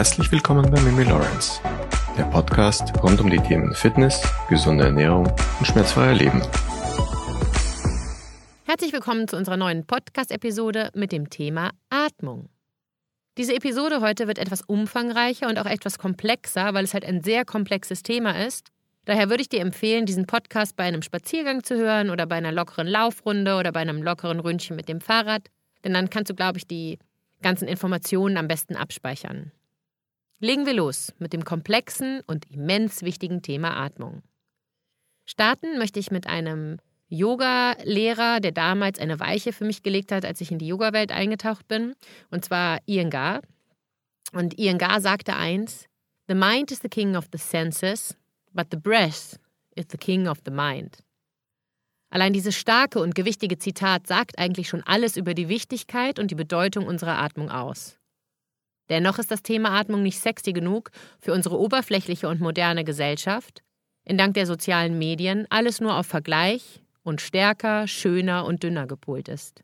Herzlich willkommen bei Mimi Lawrence, der Podcast rund um die Themen Fitness, gesunde Ernährung und schmerzfreier Leben. Herzlich willkommen zu unserer neuen Podcast-Episode mit dem Thema Atmung. Diese Episode heute wird etwas umfangreicher und auch etwas komplexer, weil es halt ein sehr komplexes Thema ist. Daher würde ich dir empfehlen, diesen Podcast bei einem Spaziergang zu hören oder bei einer lockeren Laufrunde oder bei einem lockeren Ründchen mit dem Fahrrad, denn dann kannst du, glaube ich, die ganzen Informationen am besten abspeichern. Legen wir los mit dem komplexen und immens wichtigen Thema Atmung. Starten möchte ich mit einem Yoga-Lehrer, der damals eine Weiche für mich gelegt hat, als ich in die Yoga-Welt eingetaucht bin, und zwar Iyengar. Und Iyengar sagte eins: "The mind is the king of the senses, but the breath is the king of the mind." Allein dieses starke und gewichtige Zitat sagt eigentlich schon alles über die Wichtigkeit und die Bedeutung unserer Atmung aus. Dennoch ist das Thema Atmung nicht sexy genug für unsere oberflächliche und moderne Gesellschaft, in Dank der sozialen Medien alles nur auf Vergleich und stärker, schöner und dünner gepolt ist.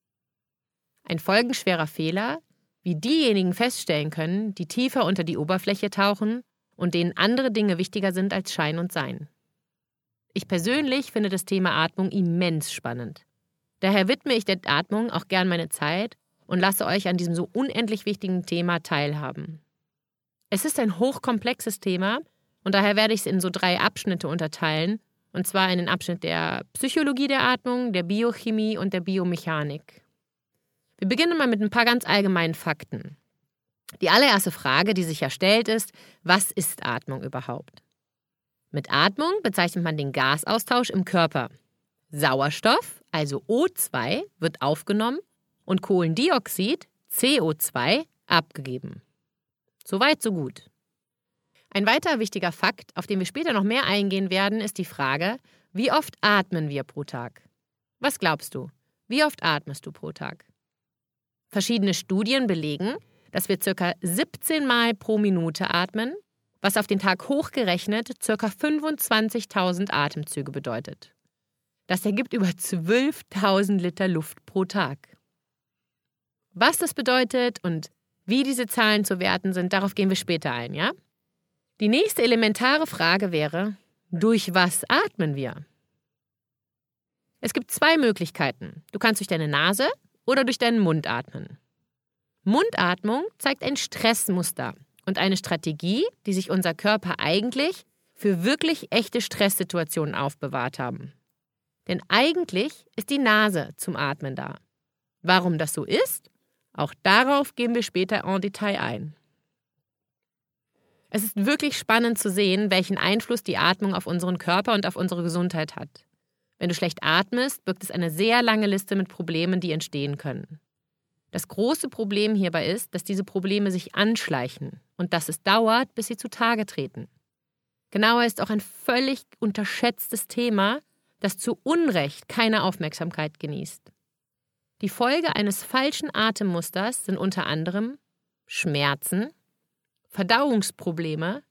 Ein folgenschwerer Fehler, wie diejenigen feststellen können, die tiefer unter die Oberfläche tauchen und denen andere Dinge wichtiger sind als Schein und Sein. Ich persönlich finde das Thema Atmung immens spannend. Daher widme ich der Atmung auch gern meine Zeit und lasse euch an diesem so unendlich wichtigen Thema teilhaben. Es ist ein hochkomplexes Thema und daher werde ich es in so 3 Abschnitte unterteilen, und zwar in den Abschnitt der Psychologie der Atmung, der Biochemie und der Biomechanik. Wir beginnen mal mit ein paar ganz allgemeinen Fakten. Die allererste Frage, die sich ja stellt, ist: Was ist Atmung überhaupt? Mit Atmung bezeichnet man den Gasaustausch im Körper. Sauerstoff, also O2, wird aufgenommen und Kohlendioxid, CO2, abgegeben. Soweit, so gut. Ein weiterer wichtiger Fakt, auf den wir später noch mehr eingehen werden, ist die Frage: Wie oft atmen wir pro Tag? Was glaubst du? Wie oft atmest du pro Tag? Verschiedene Studien belegen, dass wir ca. 17 Mal pro Minute atmen, was auf den Tag hochgerechnet ca. 25.000 Atemzüge bedeutet. Das ergibt über 12.000 Liter Luft pro Tag. Was das bedeutet und wie diese Zahlen zu werten sind, darauf gehen wir später ein, ja? Die nächste elementare Frage wäre: Durch was atmen wir? Es gibt 2 Möglichkeiten. Du kannst durch deine Nase oder durch deinen Mund atmen. Mundatmung zeigt ein Stressmuster und eine Strategie, die sich unser Körper eigentlich für wirklich echte Stresssituationen aufbewahrt haben. Denn eigentlich ist die Nase zum Atmen da. Warum das so ist? Auch darauf gehen wir später en Detail ein. Es ist wirklich spannend zu sehen, welchen Einfluss die Atmung auf unseren Körper und auf unsere Gesundheit hat. Wenn du schlecht atmest, birgt es eine sehr lange Liste mit Problemen, die entstehen können. Das große Problem hierbei ist, dass diese Probleme sich anschleichen und dass es dauert, bis sie zutage treten. Genauer ist auch ein völlig unterschätztes Thema, das zu Unrecht keine Aufmerksamkeit genießt. Die Folge eines falschen Atemmusters sind unter anderem Schmerzen, Verdauungsprobleme,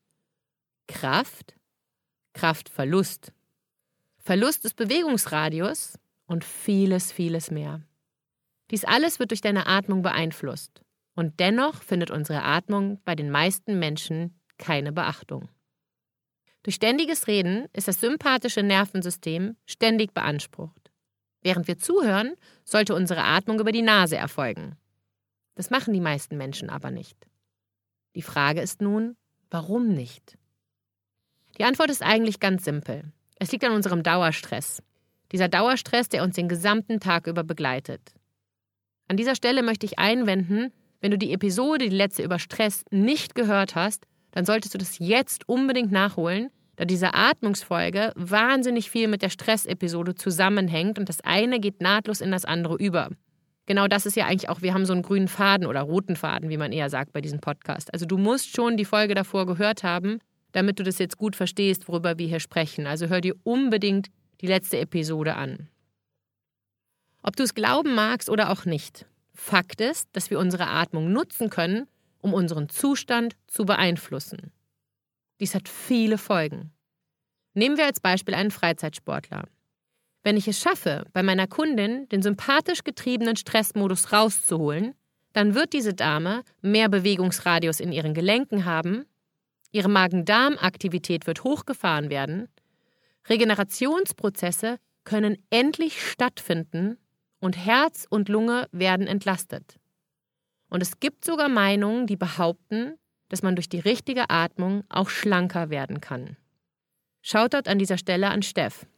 Kraftverlust, Verlust des Bewegungsradius und vieles, vieles mehr. Dies alles wird durch deine Atmung beeinflusst und dennoch findet unsere Atmung bei den meisten Menschen keine Beachtung. Durch ständiges Reden ist das sympathische Nervensystem ständig beansprucht. Während wir zuhören, sollte unsere Atmung über die Nase erfolgen. Das machen die meisten Menschen aber nicht. Die Frage ist nun: Warum nicht? Die Antwort ist eigentlich ganz simpel. Es liegt an unserem Dauerstress. Dieser Dauerstress, der uns den gesamten Tag über begleitet. An dieser Stelle möchte ich einwenden: Wenn du die Episode, die letzte über Stress, nicht gehört hast, dann solltest du das jetzt unbedingt nachholen, da diese Atmungsfolge wahnsinnig viel mit der Stress-Episode zusammenhängt und das eine geht nahtlos in das andere über. Genau das ist ja eigentlich auch, wir haben so einen grünen Faden oder roten Faden, wie man eher sagt bei diesem Podcast. Also du musst schon die Folge davor gehört haben, damit du das jetzt gut verstehst, worüber wir hier sprechen. Also hör dir unbedingt die letzte Episode an. Ob du es glauben magst oder auch nicht, Fakt ist, dass wir unsere Atmung nutzen können, um unseren Zustand zu beeinflussen. Dies hat viele Folgen. Nehmen wir als Beispiel einen Freizeitsportler. Wenn ich es schaffe, bei meiner Kundin den sympathisch getriebenen Stressmodus rauszuholen, dann wird diese Dame mehr Bewegungsradius in ihren Gelenken haben, ihre Magen-Darm-Aktivität wird hochgefahren werden, Regenerationsprozesse können endlich stattfinden und Herz und Lunge werden entlastet. Und es gibt sogar Meinungen, die behaupten, dass man durch die richtige Atmung auch schlanker werden kann. Shoutout an dieser Stelle an Steff.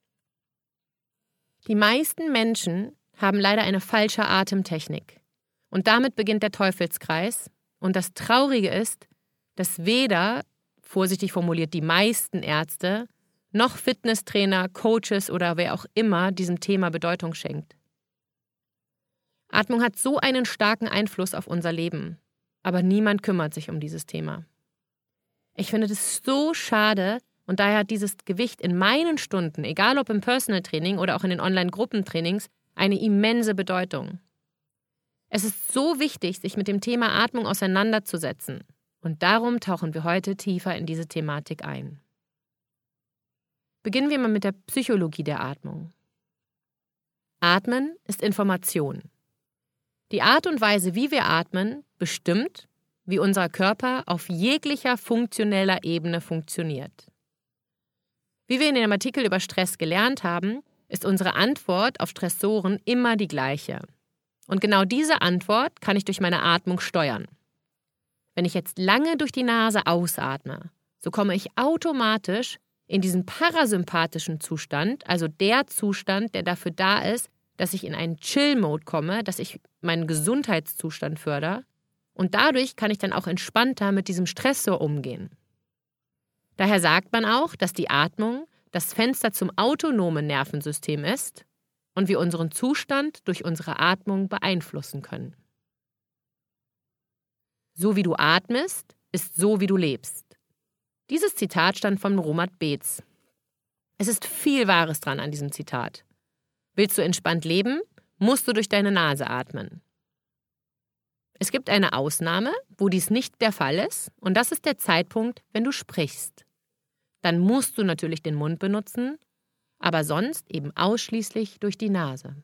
Die meisten Menschen haben leider eine falsche Atemtechnik. Und damit beginnt der Teufelskreis. Und das Traurige ist, dass weder, vorsichtig formuliert, die meisten Ärzte, noch Fitnesstrainer, Coaches oder wer auch immer diesem Thema Bedeutung schenkt. Atmung hat so einen starken Einfluss auf unser Leben, aber niemand kümmert sich um dieses Thema. Ich finde das so schade und daher hat dieses Gewicht in meinen Stunden, egal ob im Personal Training oder auch in den Online-Gruppentrainings, eine immense Bedeutung. Es ist so wichtig, sich mit dem Thema Atmung auseinanderzusetzen und darum tauchen wir heute tiefer in diese Thematik ein. Beginnen wir mal mit der Psychologie der Atmung. Atmen ist Information. Die Art und Weise, wie wir atmen, bestimmt, wie unser Körper auf jeglicher funktioneller Ebene funktioniert. Wie wir in dem Artikel über Stress gelernt haben, ist unsere Antwort auf Stressoren immer die gleiche. Und genau diese Antwort kann ich durch meine Atmung steuern. Wenn ich jetzt lange durch die Nase ausatme, so komme ich automatisch in diesen parasympathischen Zustand, also der Zustand, der dafür da ist, dass ich in einen Chill-Mode komme, dass ich meinen Gesundheitszustand fördere und dadurch kann ich dann auch entspannter mit diesem Stressor umgehen. Daher sagt man auch, dass die Atmung das Fenster zum autonomen Nervensystem ist und wir unseren Zustand durch unsere Atmung beeinflussen können. So wie du atmest, ist so wie du lebst. Dieses Zitat stammt von Romat Beetz. Es ist viel Wahres dran an diesem Zitat. Willst du entspannt leben, musst du durch deine Nase atmen. Es gibt eine Ausnahme, wo dies nicht der Fall ist, und das ist der Zeitpunkt, wenn du sprichst. Dann musst du natürlich den Mund benutzen, aber sonst eben ausschließlich durch die Nase.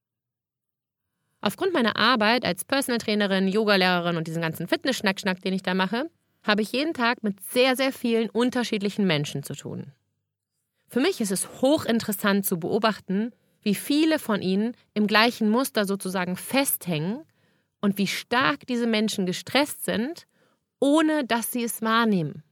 Aufgrund meiner Arbeit als Personal Trainerin, Yogalehrerin und diesen ganzen Fitness-Schnack, den ich da mache, habe ich jeden Tag mit sehr, sehr vielen unterschiedlichen Menschen zu tun. Für mich ist es hochinteressant zu beobachten, wie viele von ihnen im gleichen Muster sozusagen festhängen und wie stark diese Menschen gestresst sind, ohne dass sie es wahrnehmen.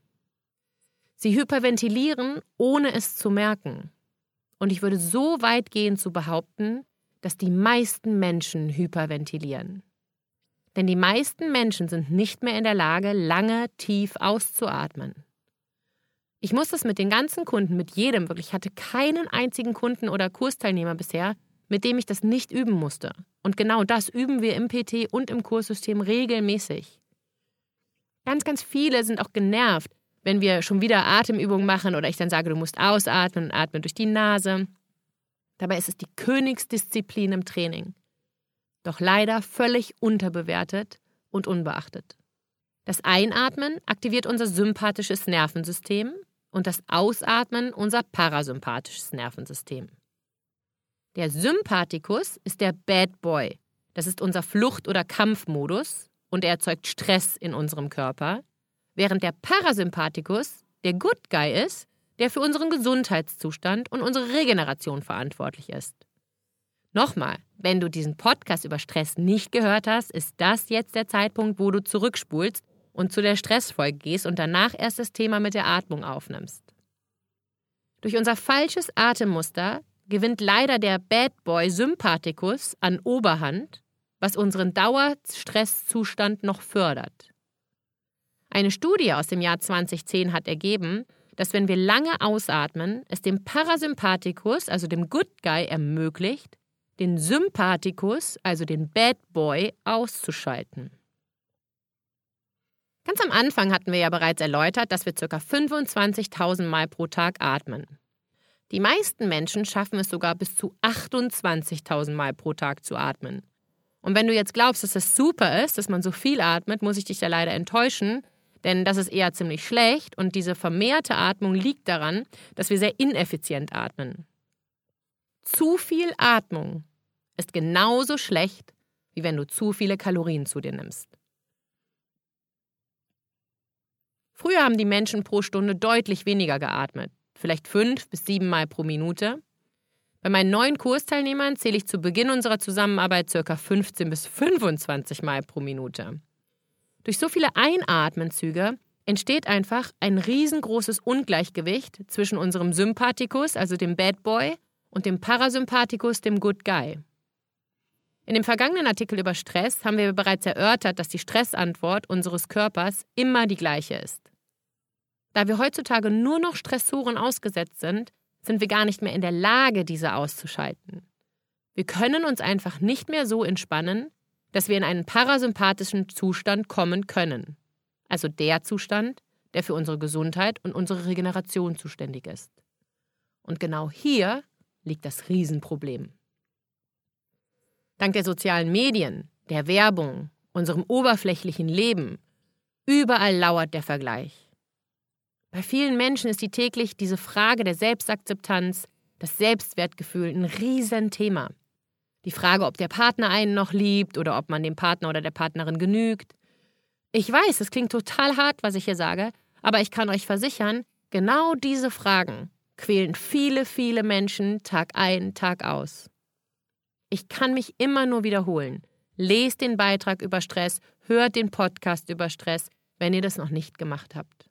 Sie hyperventilieren, ohne es zu merken. Und ich würde so weit gehen zu behaupten, dass die meisten Menschen hyperventilieren. Denn die meisten Menschen sind nicht mehr in der Lage, lange tief auszuatmen. Ich muss das mit den ganzen Kunden, mit jedem wirklich, ich hatte keinen einzigen Kunden oder Kursteilnehmer bisher, mit dem ich das nicht üben musste. Und genau das üben wir im PT und im Kurssystem regelmäßig. Ganz, ganz viele sind auch genervt, wenn wir schon wieder Atemübungen machen oder ich dann sage, du musst ausatmen und atmen durch die Nase. Dabei ist es die Königsdisziplin im Training. Doch leider völlig unterbewertet und unbeachtet. Das Einatmen aktiviert unser sympathisches Nervensystem und das Ausatmen unser parasympathisches Nervensystem. Der Sympathikus ist der Bad Boy. Das ist unser Flucht- oder Kampfmodus und er erzeugt Stress in unserem Körper, während der Parasympathikus der Good Guy ist, der für unseren Gesundheitszustand und unsere Regeneration verantwortlich ist. Nochmal, wenn du diesen Podcast über Stress nicht gehört hast, ist das jetzt der Zeitpunkt, wo du zurückspulst und zu der Stressfolge gehst und danach erst das Thema mit der Atmung aufnimmst. Durch unser falsches Atemmuster gewinnt leider der Bad Boy Sympathikus an Oberhand, was unseren Dauerstresszustand noch fördert. Eine Studie aus dem Jahr 2010 hat ergeben, dass wenn wir lange ausatmen, es dem Parasympathikus, also dem Good Guy, ermöglicht, den Sympathikus, also den Bad Boy, auszuschalten. Ganz am Anfang hatten wir ja bereits erläutert, dass wir ca. 25.000 Mal pro Tag atmen. Die meisten Menschen schaffen es sogar bis zu 28.000 Mal pro Tag zu atmen. Und wenn du jetzt glaubst, dass das super ist, dass man so viel atmet, muss ich dich da leider enttäuschen, denn das ist eher ziemlich schlecht und diese vermehrte Atmung liegt daran, dass wir sehr ineffizient atmen. Zu viel Atmung ist genauso schlecht wie wenn du zu viele Kalorien zu dir nimmst. Früher haben die Menschen pro Stunde deutlich weniger geatmet, vielleicht 5 bis 7 Mal pro Minute. Bei meinen neuen Kursteilnehmern zähle ich zu Beginn unserer Zusammenarbeit ca. 15 bis 25 Mal pro Minute. Durch so viele Einatmenzüge entsteht einfach ein riesengroßes Ungleichgewicht zwischen unserem Sympathikus, also dem Bad Boy, und dem Parasympathikus, dem Good Guy. In dem vergangenen Artikel über Stress haben wir bereits erörtert, dass die Stressantwort unseres Körpers immer die gleiche ist. Da wir heutzutage nur noch Stressoren ausgesetzt sind wir gar nicht mehr in der Lage, diese auszuschalten. Wir können uns einfach nicht mehr so entspannen, dass wir in einen parasympathischen Zustand kommen können. Also der Zustand, der für unsere Gesundheit und unsere Regeneration zuständig ist. Und genau hier liegt das Riesenproblem. Dank der sozialen Medien, der Werbung, unserem oberflächlichen Leben, überall lauert der Vergleich. Bei vielen Menschen ist täglich diese Frage der Selbstakzeptanz, das Selbstwertgefühl ein Riesenthema. Die Frage, ob der Partner einen noch liebt oder ob man dem Partner oder der Partnerin genügt. Ich weiß, es klingt total hart, was ich hier sage, aber ich kann euch versichern, genau diese Fragen quälen viele, viele Menschen Tag ein, Tag aus. Ich kann mich immer nur wiederholen. Lest den Beitrag über Stress, hört den Podcast über Stress, wenn ihr das noch nicht gemacht habt.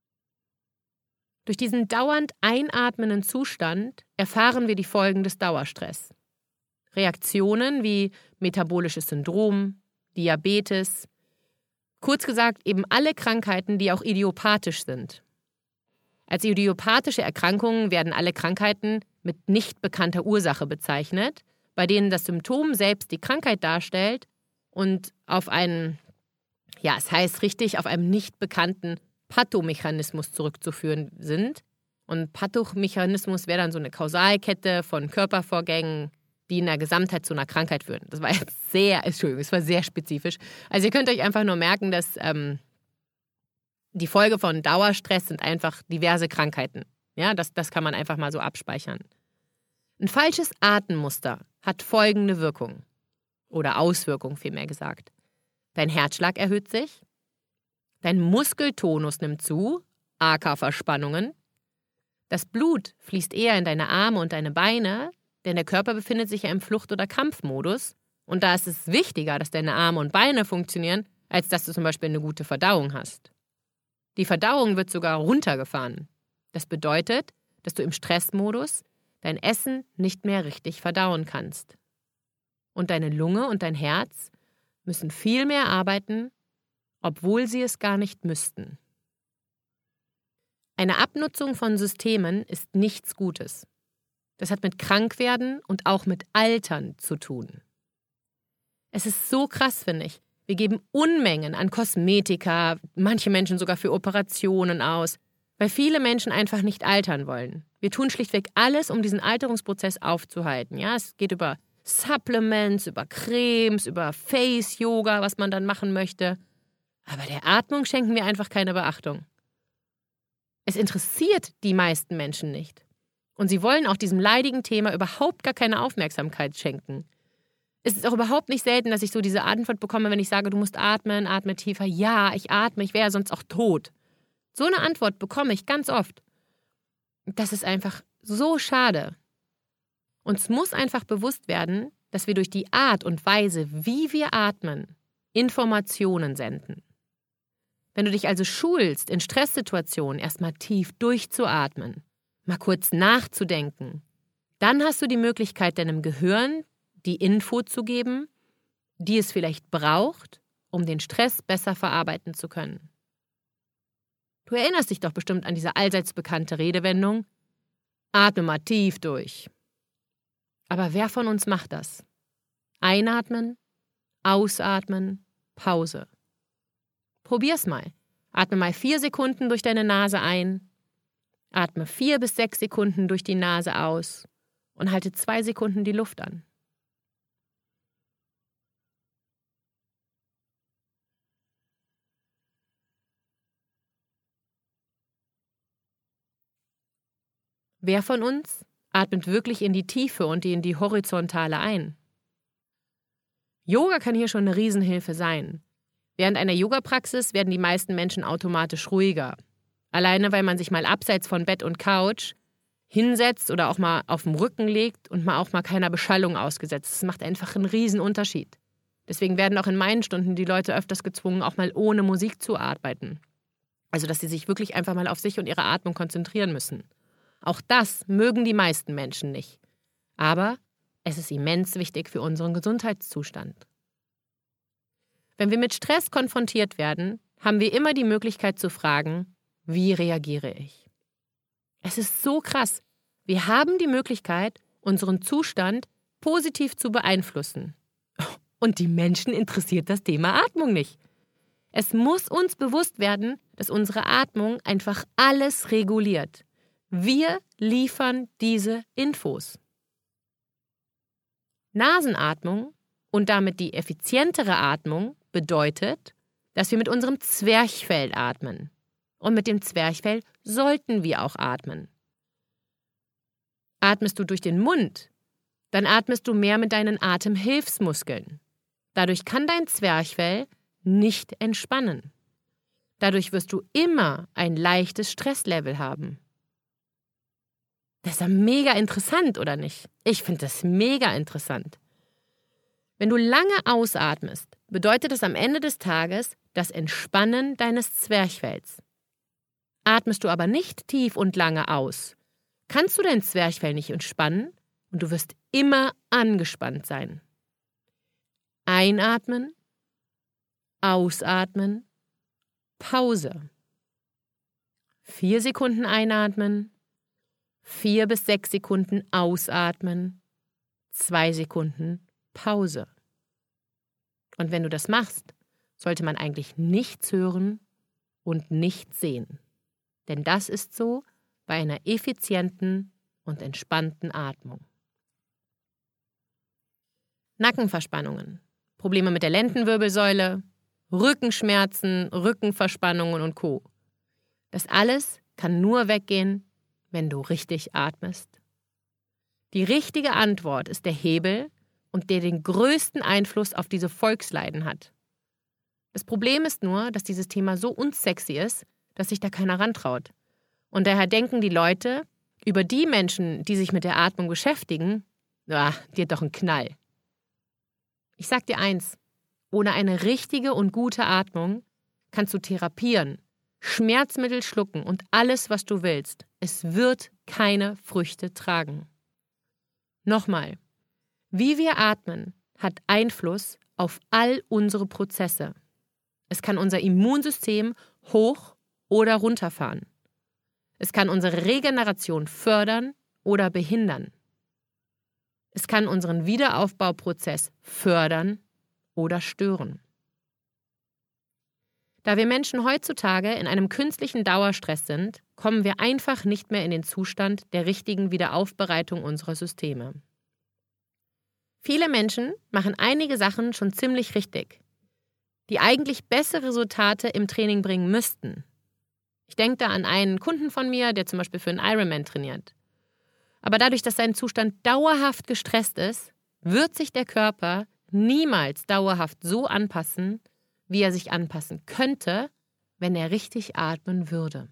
Durch diesen dauernd einatmenden Zustand erfahren wir die Folgen des Dauerstress. Reaktionen wie metabolisches Syndrom, Diabetes, kurz gesagt eben alle Krankheiten, die auch idiopathisch sind. Als idiopathische Erkrankungen werden alle Krankheiten mit nicht bekannter Ursache bezeichnet, bei denen das Symptom selbst die Krankheit darstellt und auf einen, es heißt richtig, auf einem nicht bekannten Pathomechanismus zurückzuführen sind. Und Pathomechanismus wäre dann so eine Kausalkette von Körpervorgängen, die in der Gesamtheit zu einer Krankheit führen. Das war jetzt es war sehr spezifisch. Also ihr könnt euch einfach nur merken, dass die Folge von Dauerstress sind einfach diverse Krankheiten. Ja, das kann man einfach mal so abspeichern. Ein falsches Atemmuster hat folgende Wirkung. Oder Auswirkung, vielmehr gesagt. Dein Herzschlag erhöht sich. Dein Muskeltonus nimmt zu, aka Verspannungen. Das Blut fließt eher in deine Arme und deine Beine, denn der Körper befindet sich ja im Flucht- oder Kampfmodus. Und da ist es wichtiger, dass deine Arme und Beine funktionieren, als dass du zum Beispiel eine gute Verdauung hast. Die Verdauung wird sogar runtergefahren. Das bedeutet, dass du im Stressmodus dein Essen nicht mehr richtig verdauen kannst. Und deine Lunge und dein Herz müssen viel mehr arbeiten, obwohl sie es gar nicht müssten. Eine Abnutzung von Systemen ist nichts Gutes. Das hat mit Krankwerden und auch mit Altern zu tun. Es ist so krass, finde ich. Wir geben Unmengen an Kosmetika, manche Menschen sogar für Operationen aus, weil viele Menschen einfach nicht altern wollen. Wir tun schlichtweg alles, um diesen Alterungsprozess aufzuhalten. Ja, es geht über Supplements, über Cremes, über Face-Yoga, was man dann machen möchte. Aber der Atmung schenken wir einfach keine Beachtung. Es interessiert die meisten Menschen nicht. Und sie wollen auch diesem leidigen Thema überhaupt gar keine Aufmerksamkeit schenken. Es ist auch überhaupt nicht selten, dass ich so diese Antwort bekomme, wenn ich sage, du musst atmen, atme tiefer. Ja, ich atme, ich wäre sonst auch tot. So eine Antwort bekomme ich ganz oft. Das ist einfach so schade. Uns muss einfach bewusst werden, dass wir durch die Art und Weise, wie wir atmen, Informationen senden. Wenn du dich also schulst, in Stresssituationen erstmal tief durchzuatmen, mal kurz nachzudenken, dann hast du die Möglichkeit, deinem Gehirn die Info zu geben, die es vielleicht braucht, um den Stress besser verarbeiten zu können. Du erinnerst dich doch bestimmt an diese allseits bekannte Redewendung: Atme mal tief durch. Aber wer von uns macht das? Einatmen, ausatmen, Pause. Probier's mal. Atme mal 4 Sekunden durch deine Nase ein, atme 4 bis 6 Sekunden durch die Nase aus und halte 2 Sekunden die Luft an. Wer von uns atmet wirklich in die Tiefe und in die Horizontale ein? Yoga kann hier schon eine Riesenhilfe sein. Während einer Yoga-Praxis werden die meisten Menschen automatisch ruhiger. Alleine, weil man sich mal abseits von Bett und Couch hinsetzt oder auch mal auf dem Rücken legt und auch mal keiner Beschallung ausgesetzt. Das macht einfach einen Riesenunterschied. Deswegen werden auch in meinen Stunden die Leute öfters gezwungen, auch mal ohne Musik zu arbeiten. Also, dass sie sich wirklich einfach mal auf sich und ihre Atmung konzentrieren müssen. Auch das mögen die meisten Menschen nicht. Aber es ist immens wichtig für unseren Gesundheitszustand. Wenn wir mit Stress konfrontiert werden, haben wir immer die Möglichkeit zu fragen, wie reagiere ich? Es ist so krass. Wir haben die Möglichkeit, unseren Zustand positiv zu beeinflussen. Und die Menschen interessiert das Thema Atmung nicht. Es muss uns bewusst werden, dass unsere Atmung einfach alles reguliert. Wir liefern diese Infos. Nasenatmung und damit die effizientere Atmung bedeutet, dass wir mit unserem Zwerchfell atmen. Und mit dem Zwerchfell sollten wir auch atmen. Atmest du durch den Mund, dann atmest du mehr mit deinen Atemhilfsmuskeln. Dadurch kann dein Zwerchfell nicht entspannen. Dadurch wirst du immer ein leichtes Stresslevel haben. Das ist ja mega interessant, oder nicht? Ich finde das mega interessant. Wenn du lange ausatmest, bedeutet das am Ende des Tages das Entspannen deines Zwerchfells. Atmest du aber nicht tief und lange aus, kannst du dein Zwerchfell nicht entspannen und du wirst immer angespannt sein. Einatmen, ausatmen, Pause. 4 Sekunden einatmen, 4 bis 6 Sekunden ausatmen, 2 Sekunden Pause. Und wenn du das machst, sollte man eigentlich nichts hören und nichts sehen. Denn das ist so bei einer effizienten und entspannten Atmung. Nackenverspannungen, Probleme mit der Lendenwirbelsäule, Rückenschmerzen, Rückenverspannungen und Co. Das alles kann nur weggehen, wenn du richtig atmest. Die richtige Antwort ist der Hebel und der den größten Einfluss auf diese Volksleiden hat. Das Problem ist nur, dass dieses Thema so unsexy ist, dass sich da keiner rantraut. Und daher denken die Leute über die Menschen, die sich mit der Atmung beschäftigen, die hat doch einen Knall. Ich sag dir eins, ohne eine richtige und gute Atmung kannst du therapieren, Schmerzmittel schlucken und alles, was du willst. Es wird keine Früchte tragen. Nochmal, wie wir atmen, hat Einfluss auf all unsere Prozesse. Es kann unser Immunsystem hoch oder runterfahren. Es kann unsere Regeneration fördern oder behindern. Es kann unseren Wiederaufbauprozess fördern oder stören. Da wir Menschen heutzutage in einem künstlichen Dauerstress sind, kommen wir einfach nicht mehr in den Zustand der richtigen Wiederaufbereitung unserer Systeme. Viele Menschen machen einige Sachen schon ziemlich richtig, die eigentlich bessere Resultate im Training bringen müssten. Ich denke da an einen Kunden von mir, der zum Beispiel für einen Ironman trainiert. Aber dadurch, dass sein Zustand dauerhaft gestresst ist, wird sich der Körper niemals dauerhaft so anpassen, wie er sich anpassen könnte, wenn er richtig atmen würde.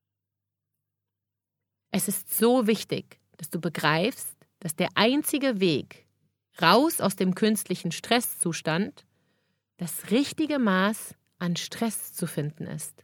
Es ist so wichtig, dass du begreifst, dass der einzige Weg raus aus dem künstlichen Stresszustand das richtige Maß an Stress zu finden ist.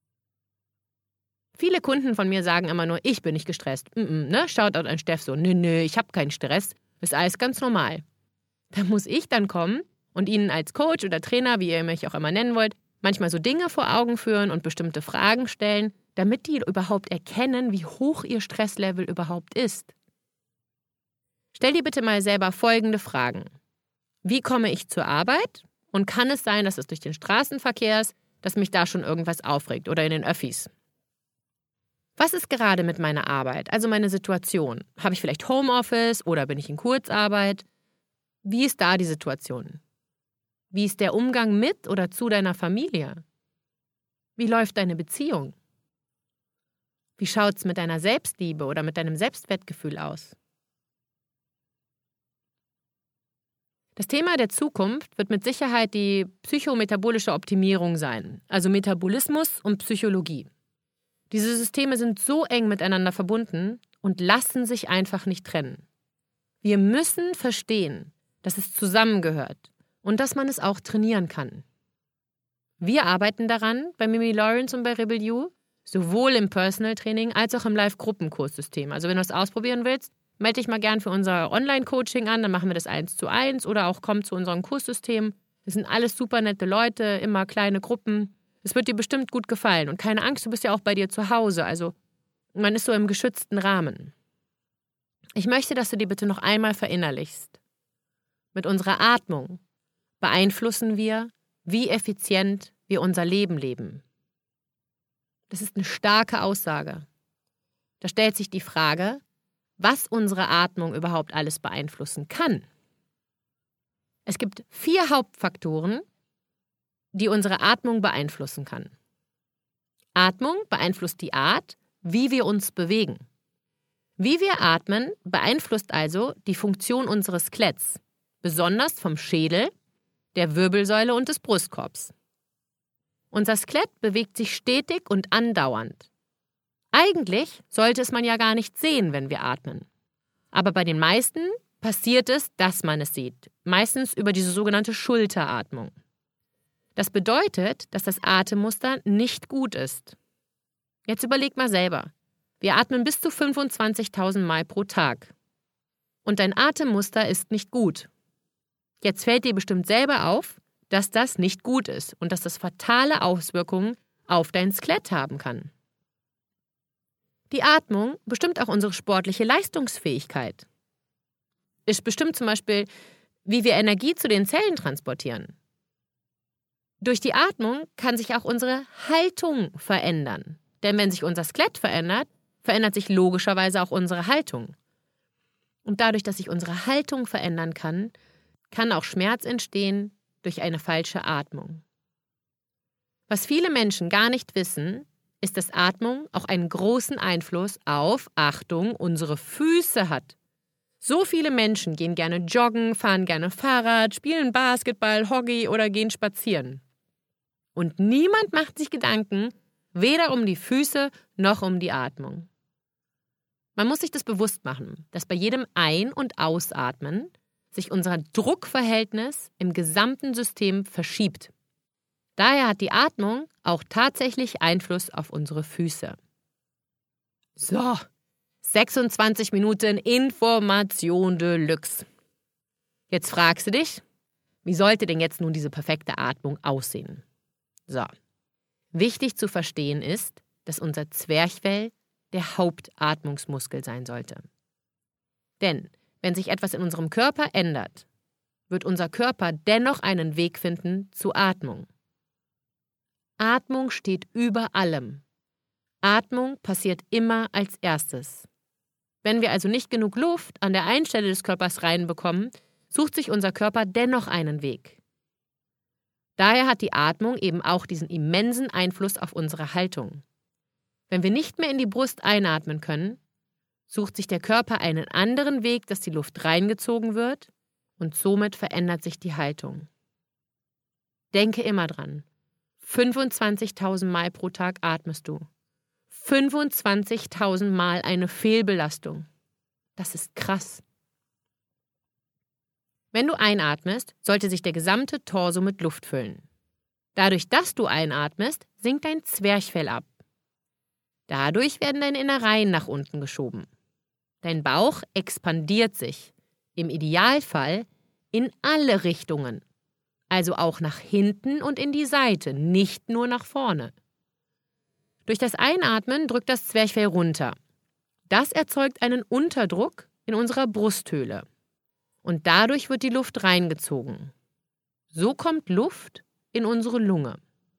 Viele Kunden von mir sagen immer nur, ich bin nicht gestresst. Shoutout an Steff so, nö, ich habe keinen Stress, das ist alles ganz normal. Da muss ich dann kommen und Ihnen als Coach oder Trainer, wie ihr mich auch immer nennen wollt, manchmal so Dinge vor Augen führen und bestimmte Fragen stellen, damit die überhaupt erkennen, wie hoch ihr Stresslevel überhaupt ist. Stell dir bitte mal selber folgende Fragen. Wie komme ich zur Arbeit? Und kann es sein, dass es durch den Straßenverkehr ist, dass mich da schon irgendwas aufregt oder in den Öffis? Was ist gerade mit meiner Arbeit, also meine Situation? Habe ich vielleicht Homeoffice oder bin ich in Kurzarbeit? Wie ist da die Situation? Wie ist der Umgang mit oder zu deiner Familie? Wie läuft deine Beziehung? Wie schaut's mit deiner Selbstliebe oder mit deinem Selbstwertgefühl aus? Das Thema der Zukunft wird mit Sicherheit die psychometabolische Optimierung sein, also Metabolismus und Psychologie. Diese Systeme sind so eng miteinander verbunden und lassen sich einfach nicht trennen. Wir müssen verstehen, dass es zusammengehört und dass man es auch trainieren kann. Wir arbeiten daran bei Mimi Lawrence und bei Rebel You, sowohl im Personal Training als auch im Live-Gruppenkurssystem. Also wenn du es ausprobieren willst, melde dich mal gern für unser Online-Coaching an, dann machen wir das 1:1 oder auch komm zu unserem Kurssystem. Das sind alles super nette Leute, immer kleine Gruppen. Es wird dir bestimmt gut gefallen. Und keine Angst, du bist ja auch bei dir zu Hause. Also man ist so im geschützten Rahmen. Ich möchte, dass du dir bitte noch einmal verinnerlichst. Mit unserer Atmung beeinflussen wir, wie effizient wir unser Leben leben. Das ist eine starke Aussage. Da stellt sich die Frage, was unsere Atmung überhaupt alles beeinflussen kann. Es gibt 4 Hauptfaktoren, die unsere Atmung beeinflussen kann. Atmung beeinflusst die Art, wie wir uns bewegen. Wie wir atmen, beeinflusst also die Funktion unseres Skeletts, besonders vom Schädel, der Wirbelsäule und des Brustkorbs. Unser Skelett bewegt sich stetig und andauernd. Eigentlich sollte es man ja gar nicht sehen, wenn wir atmen. Aber bei den meisten passiert es, dass man es sieht, meistens über diese sogenannte Schulteratmung. Das bedeutet, dass das Atemmuster nicht gut ist. Jetzt überleg mal selber. Wir atmen bis zu 25.000 Mal pro Tag. Und dein Atemmuster ist nicht gut. Jetzt fällt dir bestimmt selber auf, dass das nicht gut ist und dass das fatale Auswirkungen auf dein Skelett haben kann. Die Atmung bestimmt auch unsere sportliche Leistungsfähigkeit. Es bestimmt zum Beispiel, wie wir Energie zu den Zellen transportieren. Durch die Atmung kann sich auch unsere Haltung verändern. Denn wenn sich unser Skelett verändert, verändert sich logischerweise auch unsere Haltung. Und dadurch, dass sich unsere Haltung verändern kann, kann auch Schmerz entstehen durch eine falsche Atmung. Was viele Menschen gar nicht wissen, ist, dass Atmung auch einen großen Einfluss auf, Achtung, unsere Füße hat. So viele Menschen gehen gerne joggen, fahren gerne Fahrrad, spielen Basketball, Hockey oder gehen spazieren. Und niemand macht sich Gedanken, weder um die Füße noch um die Atmung. Man muss sich das bewusst machen, dass bei jedem Ein- und Ausatmen sich unser Druckverhältnis im gesamten System verschiebt. Daher hat die Atmung auch tatsächlich Einfluss auf unsere Füße. So, 26 Minuten Information Deluxe. Jetzt fragst du dich, wie sollte denn jetzt nun diese perfekte Atmung aussehen? So, wichtig zu verstehen ist, dass unser Zwerchfell der Hauptatmungsmuskel sein sollte. Denn wenn sich etwas in unserem Körper ändert, wird unser Körper dennoch einen Weg finden zur Atmung. Atmung steht über allem. Atmung passiert immer als erstes. Wenn wir also nicht genug Luft an der einen Stelle des Körpers reinbekommen, sucht sich unser Körper dennoch einen Weg. Daher hat die Atmung eben auch diesen immensen Einfluss auf unsere Haltung. Wenn wir nicht mehr in die Brust einatmen können, sucht sich der Körper einen anderen Weg, dass die Luft reingezogen wird und somit verändert sich die Haltung. Denke immer dran, 25.000 Mal pro Tag atmest du. 25.000 Mal eine Fehlbelastung. Das ist krass. Wenn du einatmest, sollte sich der gesamte Torso mit Luft füllen. Dadurch, dass du einatmest, sinkt dein Zwerchfell ab. Dadurch werden deine Innereien nach unten geschoben. Dein Bauch expandiert sich, im Idealfall in alle Richtungen. Also auch nach hinten und in die Seite, nicht nur nach vorne. Durch das Einatmen drückt das Zwerchfell runter. Das erzeugt einen Unterdruck in unserer Brusthöhle. Und dadurch wird die Luft reingezogen. So kommt Luft in unsere Lunge.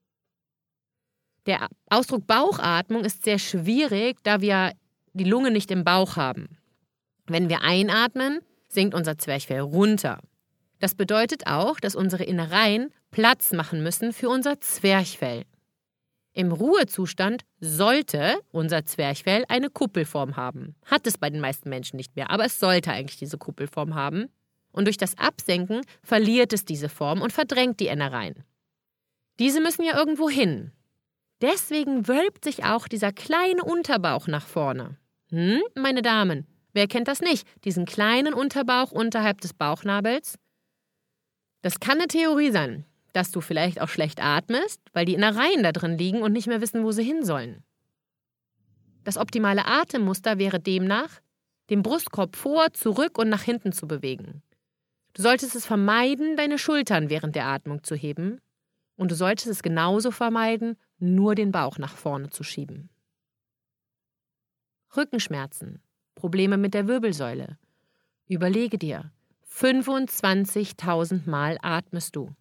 Der Ausdruck Bauchatmung ist sehr schwierig, da wir die Lunge nicht im Bauch haben. Wenn wir einatmen, sinkt unser Zwerchfell runter. Das bedeutet auch, dass unsere Innereien Platz machen müssen für unser Zwerchfell. Im Ruhezustand sollte unser Zwerchfell eine Kuppelform haben. Hat es bei den meisten Menschen nicht mehr, aber es sollte eigentlich diese Kuppelform haben. Und durch das Absenken verliert es diese Form und verdrängt die Innereien. Diese müssen ja irgendwo hin. Deswegen wölbt sich auch dieser kleine Unterbauch nach vorne. Meine Damen, wer kennt das nicht? Diesen kleinen Unterbauch unterhalb des Bauchnabels? Das kann eine Theorie sein, dass du vielleicht auch schlecht atmest, weil die Innereien da drin liegen und nicht mehr wissen, wo sie hin sollen. Das optimale Atemmuster wäre demnach, den Brustkorb vor, zurück und nach hinten zu bewegen. Du solltest es vermeiden, deine Schultern während der Atmung zu heben, und du solltest es genauso vermeiden, nur den Bauch nach vorne zu schieben. Rückenschmerzen, Probleme mit der Wirbelsäule. Überlege dir, 25.000 Mal atmest du.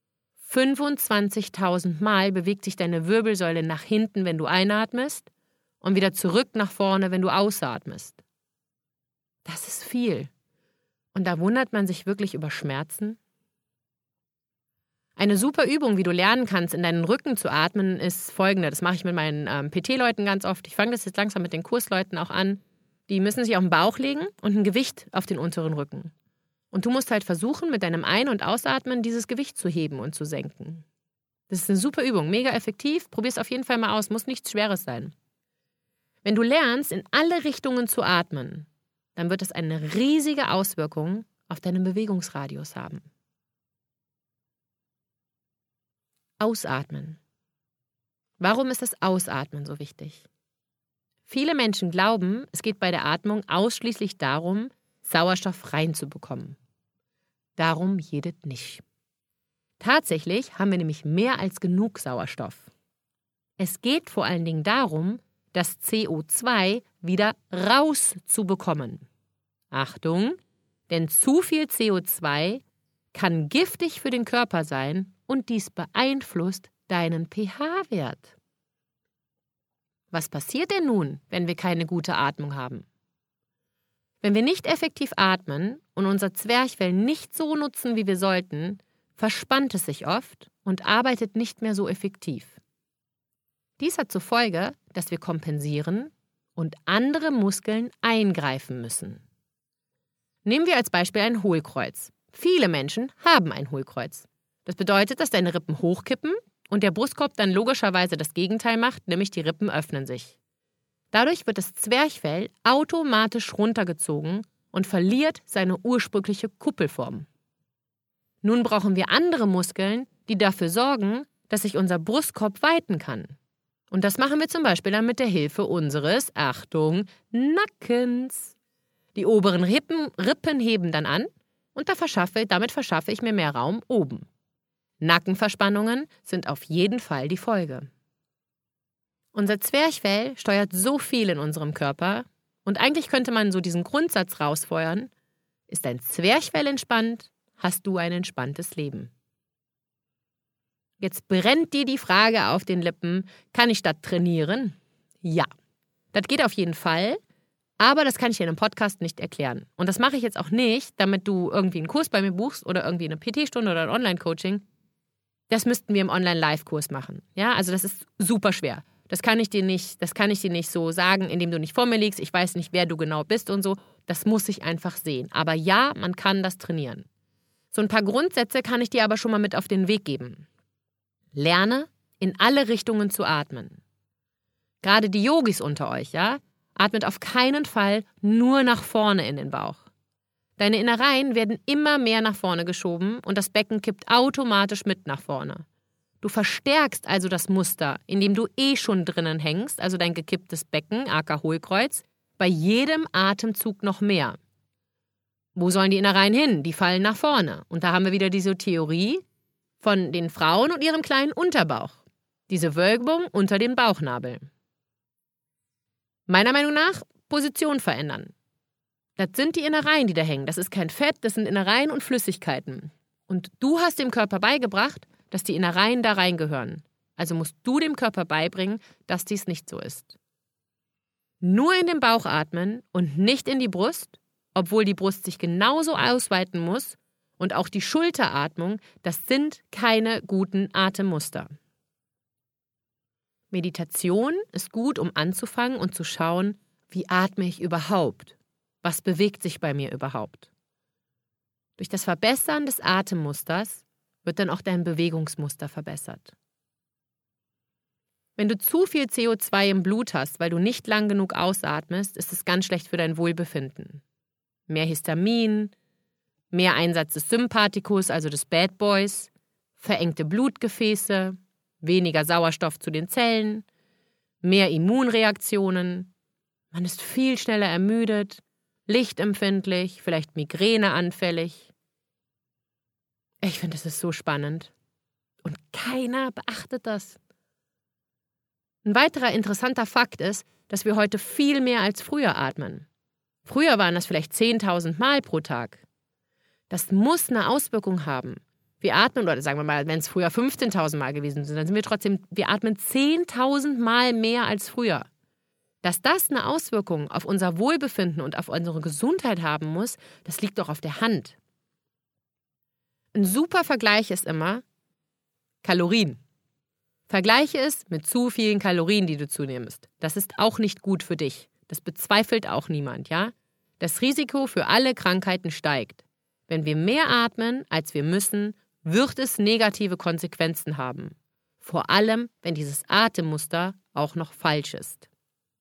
25.000 Mal bewegt sich deine Wirbelsäule nach hinten, wenn du einatmest, und wieder zurück nach vorne, wenn du ausatmest. Das ist viel. Und da wundert man sich wirklich über Schmerzen. Eine super Übung, wie du lernen kannst, in deinen Rücken zu atmen, ist folgende. Das mache ich mit meinen PT-Leuten ganz oft. Ich fange das jetzt langsam mit den Kursleuten auch an. Die müssen sich auf den Bauch legen und ein Gewicht auf den unteren Rücken. Und du musst halt versuchen, mit deinem Ein- und Ausatmen dieses Gewicht zu heben und zu senken. Das ist eine super Übung, mega effektiv. Probier es auf jeden Fall mal aus, muss nichts Schweres sein. Wenn du lernst, in alle Richtungen zu atmen, dann wird es eine riesige Auswirkung auf deinen Bewegungsradius haben. Ausatmen. Warum ist das Ausatmen so wichtig? Viele Menschen glauben, es geht bei der Atmung ausschließlich darum, Sauerstoff reinzubekommen. Darum jedes nicht. Tatsächlich haben wir nämlich mehr als genug Sauerstoff. Es geht vor allen Dingen darum, das CO2 wieder rauszubekommen. Achtung, denn zu viel CO2 kann giftig für den Körper sein und dies beeinflusst deinen pH-Wert. Was passiert denn nun, wenn wir keine gute Atmung haben? Wenn wir nicht effektiv atmen und unser Zwerchfell nicht so nutzen, wie wir sollten, verspannt es sich oft und arbeitet nicht mehr so effektiv. Dies hat zur Folge, dass wir kompensieren und andere Muskeln eingreifen müssen. Nehmen wir als Beispiel ein Hohlkreuz. Viele Menschen haben ein Hohlkreuz. Das bedeutet, dass deine Rippen hochkippen und der Brustkorb dann logischerweise das Gegenteil macht, nämlich die Rippen öffnen sich. Dadurch wird das Zwerchfell automatisch runtergezogen und verliert seine ursprüngliche Kuppelform. Nun brauchen wir andere Muskeln, die dafür sorgen, dass sich unser Brustkorb weiten kann. Und das machen wir zum Beispiel dann mit der Hilfe unseres, Achtung, Nackens. Die oberen Rippen heben dann an und damit verschaffe ich mir mehr Raum oben. Nackenverspannungen sind auf jeden Fall die Folge. Unser Zwerchfell steuert so viel in unserem Körper und eigentlich könnte man so diesen Grundsatz rausfeuern: Ist dein Zwerchfell entspannt, hast du ein entspanntes Leben. Jetzt brennt dir die Frage auf den Lippen, kann ich das trainieren? Ja, das geht auf jeden Fall, aber das kann ich dir in einem Podcast nicht erklären. Und das mache ich jetzt auch nicht, damit du irgendwie einen Kurs bei mir buchst oder irgendwie eine PT-Stunde oder ein Online-Coaching. Das müssten wir im Online-Live-Kurs machen. Ja, also das ist super schwer. Das kann ich dir nicht so sagen, indem du nicht vor mir liegst. Ich weiß nicht, wer du genau bist und so. Das muss ich einfach sehen. Aber ja, man kann das trainieren. So ein paar Grundsätze kann ich dir aber schon mal mit auf den Weg geben. Lerne, in alle Richtungen zu atmen. Gerade die Yogis unter euch, ja? Atmet auf keinen Fall nur nach vorne in den Bauch. Deine Innereien werden immer mehr nach vorne geschoben und das Becken kippt automatisch mit nach vorne. Du verstärkst also das Muster, in dem du schon drinnen hängst, also dein gekipptes Becken, aka Hohlkreuz, bei jedem Atemzug noch mehr. Wo sollen die Innereien hin? Die fallen nach vorne. Und da haben wir wieder diese Theorie von den Frauen und ihrem kleinen Unterbauch. Diese Wölbung unter dem Bauchnabel. Meiner Meinung nach Position verändern. Das sind die Innereien, die da hängen. Das ist kein Fett, das sind Innereien und Flüssigkeiten. Und du hast dem Körper beigebracht, dass die Innereien da reingehören. Also musst du dem Körper beibringen, dass dies nicht so ist. Nur in den Bauch atmen und nicht in die Brust, obwohl die Brust sich genauso ausweiten muss, und auch die Schulteratmung, das sind keine guten Atemmuster. Meditation ist gut, um anzufangen und zu schauen, wie atme ich überhaupt? Was bewegt sich bei mir überhaupt? Durch das Verbessern des Atemmusters wird dann auch dein Bewegungsmuster verbessert. Wenn du zu viel CO2 im Blut hast, weil du nicht lang genug ausatmest, ist es ganz schlecht für dein Wohlbefinden. Mehr Histamin, mehr Einsatz des Sympathikus, also des Bad Boys, verengte Blutgefäße, weniger Sauerstoff zu den Zellen, mehr Immunreaktionen, man ist viel schneller ermüdet, lichtempfindlich, vielleicht migräneanfällig. Ich finde, das ist so spannend. Und keiner beachtet das. Ein weiterer interessanter Fakt ist, dass wir heute viel mehr als früher atmen. Früher waren das vielleicht 10.000 Mal pro Tag. Das muss eine Auswirkung haben. Wir atmen, oder sagen wir mal, wenn es früher 15.000 Mal gewesen sind, dann sind wir atmen 10.000 Mal mehr als früher. Dass das eine Auswirkung auf unser Wohlbefinden und auf unsere Gesundheit haben muss, das liegt doch auf der Hand. Ein super Vergleich ist immer Kalorien. Vergleiche es mit zu vielen Kalorien, die du zunimmst. Das ist auch nicht gut für dich. Das bezweifelt auch niemand, ja? Das Risiko für alle Krankheiten steigt. Wenn wir mehr atmen, als wir müssen, wird es negative Konsequenzen haben. Vor allem, wenn dieses Atemmuster auch noch falsch ist.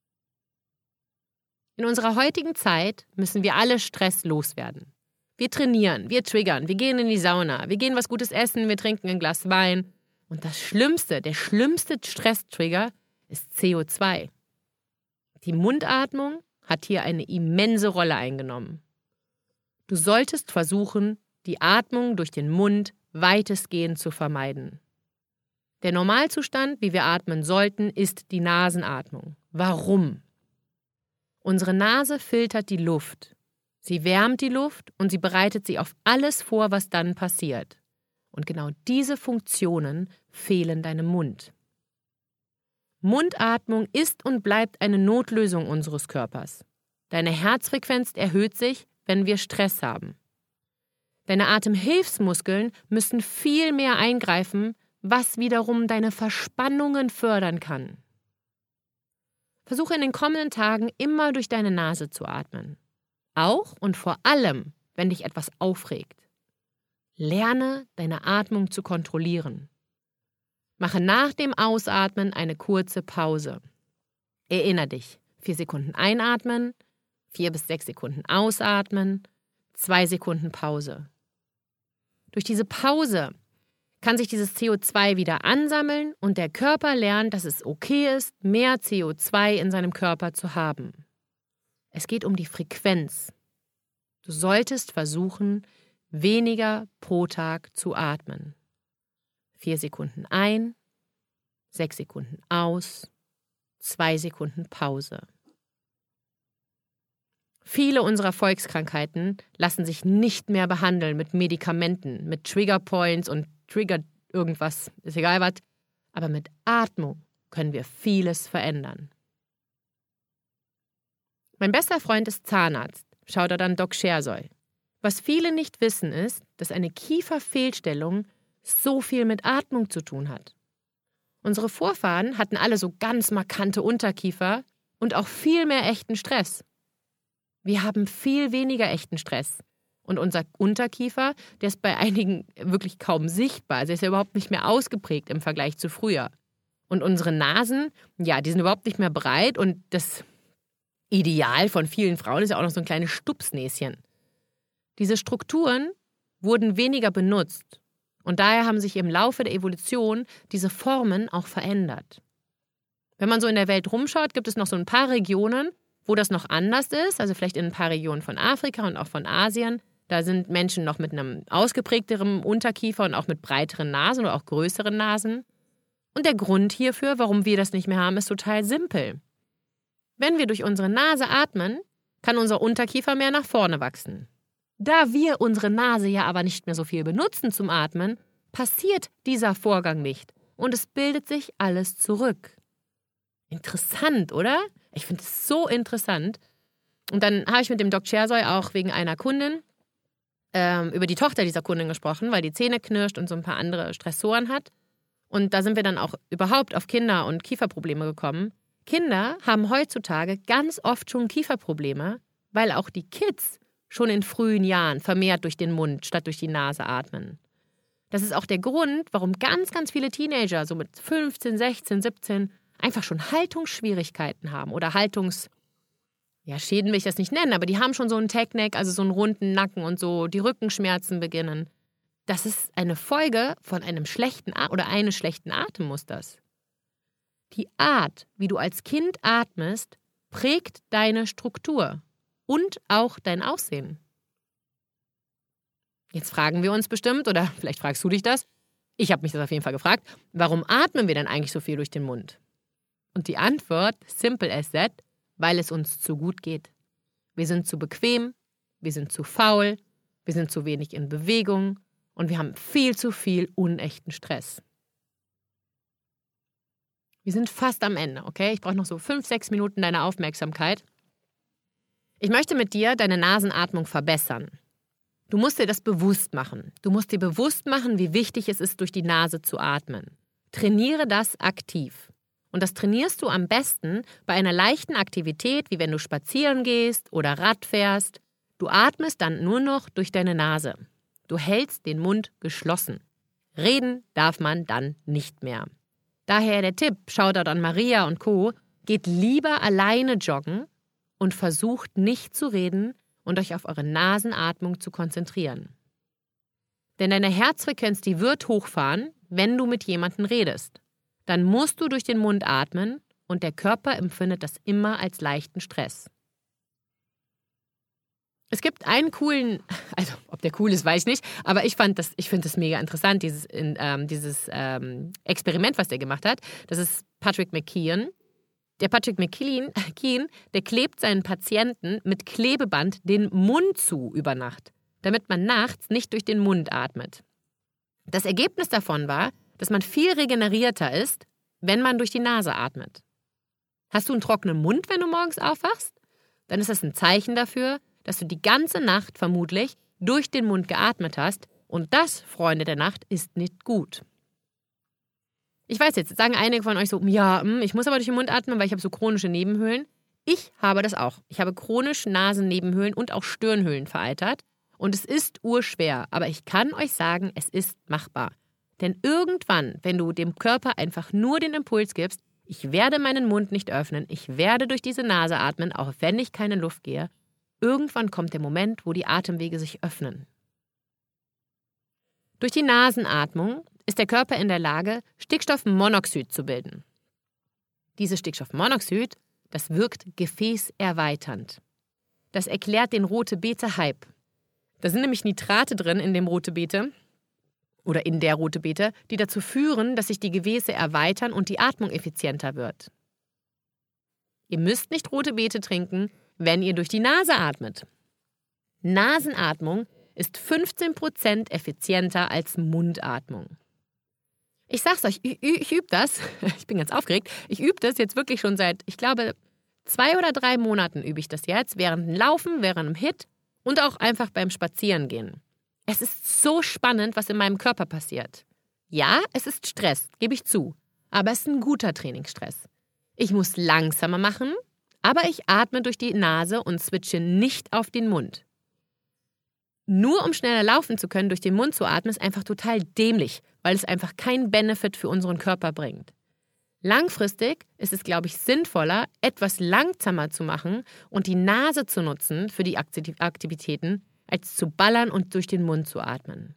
In unserer heutigen Zeit müssen wir alle Stress loswerden. Wir trainieren, wir triggern, wir gehen in die Sauna, wir gehen was Gutes essen, wir trinken ein Glas Wein. Und der schlimmste Stresstrigger ist CO2. Die Mundatmung hat hier eine immense Rolle eingenommen. Du solltest versuchen, die Atmung durch den Mund weitestgehend zu vermeiden. Der Normalzustand, wie wir atmen sollten, ist die Nasenatmung. Warum? Unsere Nase filtert die Luft. Sie wärmt die Luft und sie bereitet sie auf alles vor, was dann passiert. Und genau diese Funktionen fehlen deinem Mund. Mundatmung ist und bleibt eine Notlösung unseres Körpers. Deine Herzfrequenz erhöht sich, wenn wir Stress haben. Deine Atemhilfsmuskeln müssen viel mehr eingreifen, was wiederum deine Verspannungen fördern kann. Versuche in den kommenden Tagen immer durch deine Nase zu atmen. Auch und vor allem, wenn dich etwas aufregt. Lerne, deine Atmung zu kontrollieren. Mache nach dem Ausatmen eine kurze Pause. Erinnere dich, 4 Sekunden einatmen, 4 bis 6 Sekunden ausatmen, 2 Sekunden Pause. Durch diese Pause kann sich dieses CO2 wieder ansammeln und der Körper lernt, dass es okay ist, mehr CO2 in seinem Körper zu haben. Es geht um die Frequenz. Du solltest versuchen, weniger pro Tag zu atmen. 4 Sekunden ein, 6 Sekunden aus, 2 Sekunden Pause. Viele unserer Volkskrankheiten lassen sich nicht mehr behandeln mit Medikamenten, mit Triggerpoints und Trigger irgendwas, ist egal was. Aber mit Atmung können wir vieles verändern. Mein bester Freund ist Zahnarzt, schaut er dann Doc Schersoy. Was viele nicht wissen ist, dass eine Kieferfehlstellung so viel mit Atmung zu tun hat. Unsere Vorfahren hatten alle so ganz markante Unterkiefer und auch viel mehr echten Stress. Wir haben viel weniger echten Stress. Und unser Unterkiefer, der ist bei einigen wirklich kaum sichtbar. Also er ist ja überhaupt nicht mehr ausgeprägt im Vergleich zu früher. Und unsere Nasen, ja, die sind überhaupt nicht mehr breit. Und das Ideal von vielen Frauen ist ja auch noch so ein kleines Stupsnäschen. Diese Strukturen wurden weniger benutzt. Und daher haben sich im Laufe der Evolution diese Formen auch verändert. Wenn man so in der Welt rumschaut, gibt es noch so ein paar Regionen, wo das noch anders ist. Also vielleicht in ein paar Regionen von Afrika und auch von Asien. Da sind Menschen noch mit einem ausgeprägteren Unterkiefer und auch mit breiteren Nasen oder auch größeren Nasen. Und der Grund hierfür, warum wir das nicht mehr haben, ist total simpel. Wenn wir durch unsere Nase atmen, kann unser Unterkiefer mehr nach vorne wachsen. Da wir unsere Nase ja aber nicht mehr so viel benutzen zum Atmen, passiert dieser Vorgang nicht und es bildet sich alles zurück. Interessant, oder? Ich finde es so interessant. Und dann habe ich mit dem Doc Schersoy auch wegen einer Kundin über die Tochter dieser Kundin gesprochen, weil die Zähne knirscht und so ein paar andere Stressoren hat. Und da sind wir dann auch überhaupt auf Kinder- und Kieferprobleme gekommen. Kinder haben heutzutage ganz oft schon Kieferprobleme, weil auch die Kids schon in frühen Jahren vermehrt durch den Mund statt durch die Nase atmen. Das ist auch der Grund, warum ganz, ganz viele Teenager, so mit 15, 16, 17, einfach schon Haltungsschwierigkeiten haben oder Schäden will ich das nicht nennen, aber die haben schon so einen Tech-Neck, also so einen runden Nacken und so, die Rückenschmerzen beginnen. Das ist eine Folge von einem schlechten eines schlechten Atemmusters. Die Art, wie du als Kind atmest, prägt deine Struktur und auch dein Aussehen. Jetzt fragen wir uns bestimmt, oder vielleicht fragst du dich das, ich habe mich das auf jeden Fall gefragt, warum atmen wir denn eigentlich so viel durch den Mund? Und die Antwort, simple as that, weil es uns zu gut geht. Wir sind zu bequem, wir sind zu faul, wir sind zu wenig in Bewegung und wir haben viel zu viel unechten Stress. Wir sind fast am Ende, okay? Ich brauche noch so 5-6 Minuten deiner Aufmerksamkeit. Ich möchte mit dir deine Nasenatmung verbessern. Du musst dir das bewusst machen. Du musst dir bewusst machen, wie wichtig es ist, durch die Nase zu atmen. Trainiere das aktiv. Und das trainierst du am besten bei einer leichten Aktivität, wie wenn du spazieren gehst oder Rad fährst. Du atmest dann nur noch durch deine Nase. Du hältst den Mund geschlossen. Reden darf man dann nicht mehr. Daher der Tipp, Shoutout an Maria und Co., geht lieber alleine joggen und versucht nicht zu reden und euch auf eure Nasenatmung zu konzentrieren. Denn deine Herzfrequenz, die wird hochfahren, wenn du mit jemandem redest. Dann musst du durch den Mund atmen und der Körper empfindet das immer als leichten Stress. Es gibt einen coolen, also ob der cool ist, weiß ich nicht, aber ich finde das mega interessant, dieses Experiment, was der gemacht hat. Das ist Patrick McKeon. Der Patrick McKeon, der klebt seinen Patienten mit Klebeband den Mund zu über Nacht, damit man nachts nicht durch den Mund atmet. Das Ergebnis davon war, dass man viel regenerierter ist, wenn man durch die Nase atmet. Hast du einen trockenen Mund, wenn du morgens aufwachst? Dann ist das ein Zeichen dafür, dass du die ganze Nacht vermutlich durch den Mund geatmet hast. Und das, Freunde der Nacht, ist nicht gut. Ich weiß jetzt sagen einige von euch so, ja, ich muss aber durch den Mund atmen, weil ich habe so chronische Nebenhöhlen. Ich habe das auch. Ich habe chronisch Nasennebenhöhlen und auch Stirnhöhlen vereitert. Und es ist urschwer, aber ich kann euch sagen, es ist machbar. Denn irgendwann, wenn du dem Körper einfach nur den Impuls gibst, ich werde meinen Mund nicht öffnen, ich werde durch diese Nase atmen, auch wenn ich keine Luft gehe, irgendwann kommt der Moment, wo die Atemwege sich öffnen. Durch die Nasenatmung ist der Körper in der Lage, Stickstoffmonoxid zu bilden. Dieses Stickstoffmonoxid, das wirkt gefäßerweiternd. Das erklärt den Rote-Beete-Hype. Da sind nämlich Nitrate drin in dem Rote Beete oder in der Rote Beete, die dazu führen, dass sich die Gefäße erweitern und die Atmung effizienter wird. Ihr müsst nicht Rote Beete trinken, wenn ihr durch die Nase atmet. Nasenatmung ist 15% effizienter als Mundatmung. Ich sag's euch, ich übe das, ich bin ganz aufgeregt, ich übe das jetzt wirklich schon seit, ich glaube, 2 oder 3 Monaten übe ich das jetzt, während dem Laufen, während dem Hit und auch einfach beim Spazierengehen. Es ist so spannend, was in meinem Körper passiert. Ja, es ist Stress, gebe ich zu, aber es ist ein guter Trainingsstress. Ich muss langsamer machen, aber ich atme durch die Nase und switche nicht auf den Mund. Nur um schneller laufen zu können, durch den Mund zu atmen, ist einfach total dämlich, weil es einfach keinen Benefit für unseren Körper bringt. Langfristig ist es, glaube ich, sinnvoller, etwas langsamer zu machen und die Nase zu nutzen für die Aktivitäten, als zu ballern und durch den Mund zu atmen.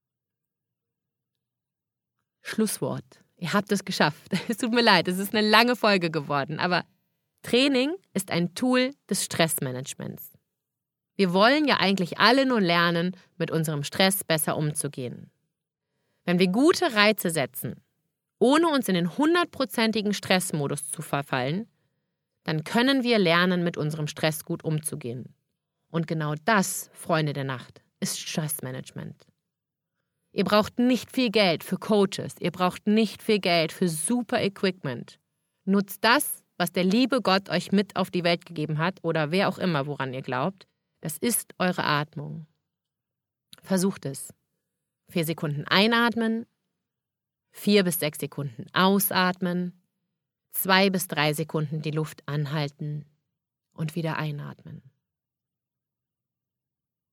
Schlusswort. Ihr habt es geschafft. Es tut mir leid, es ist eine lange Folge geworden, aber Training ist ein Tool des Stressmanagements. Wir wollen ja eigentlich alle nur lernen, mit unserem Stress besser umzugehen. Wenn wir gute Reize setzen, ohne uns in den 100%igen Stressmodus zu verfallen, dann können wir lernen, mit unserem Stress gut umzugehen. Und genau das, Freunde der Nacht, ist Stressmanagement. Ihr braucht nicht viel Geld für Coaches, ihr braucht nicht viel Geld für super Equipment. Nutzt das, was der liebe Gott euch mit auf die Welt gegeben hat oder wer auch immer, woran ihr glaubt. Das ist eure Atmung. Versucht es. 4 Sekunden einatmen, 4 bis 6 Sekunden ausatmen, 2 bis 3 Sekunden die Luft anhalten und wieder einatmen.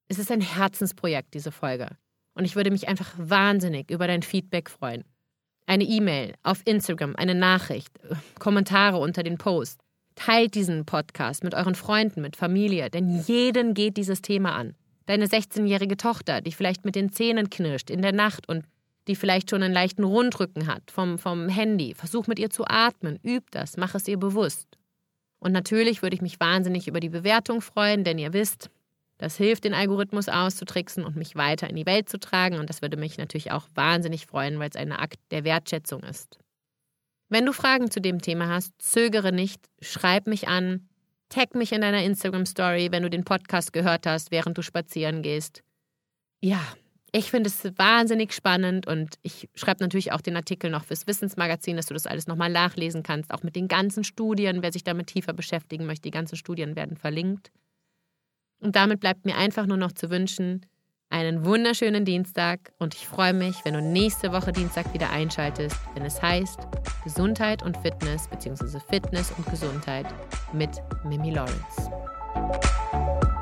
Es ist ein Herzensprojekt, diese Folge. Und ich würde mich einfach wahnsinnig über dein Feedback freuen. Eine E-Mail, auf Instagram, eine Nachricht, Kommentare unter den Post. Teilt diesen Podcast mit euren Freunden, mit Familie, denn jeden geht dieses Thema an. Deine 16-jährige Tochter, die vielleicht mit den Zähnen knirscht in der Nacht und die vielleicht schon einen leichten Rundrücken hat vom Handy. Versuch mit ihr zu atmen, üb das, mach es ihr bewusst. Und natürlich würde ich mich wahnsinnig über die Bewertung freuen, denn ihr wisst, das hilft, den Algorithmus auszutricksen und mich weiter in die Welt zu tragen. Und das würde mich natürlich auch wahnsinnig freuen, weil es ein Akt der Wertschätzung ist. Wenn du Fragen zu dem Thema hast, zögere nicht, schreib mich an, tag mich in deiner Instagram-Story, wenn du den Podcast gehört hast, während du spazieren gehst. Ja, ich finde es wahnsinnig spannend und ich schreibe natürlich auch den Artikel noch fürs Wissensmagazin, dass du das alles nochmal nachlesen kannst, auch mit den ganzen Studien, wer sich damit tiefer beschäftigen möchte. Die ganzen Studien werden verlinkt. Und damit bleibt mir einfach nur noch zu wünschen, einen wunderschönen Dienstag und ich freue mich, wenn du nächste Woche Dienstag wieder einschaltest, wenn es heißt Gesundheit und Fitness bzw. Fitness und Gesundheit mit Mimi Lawrence.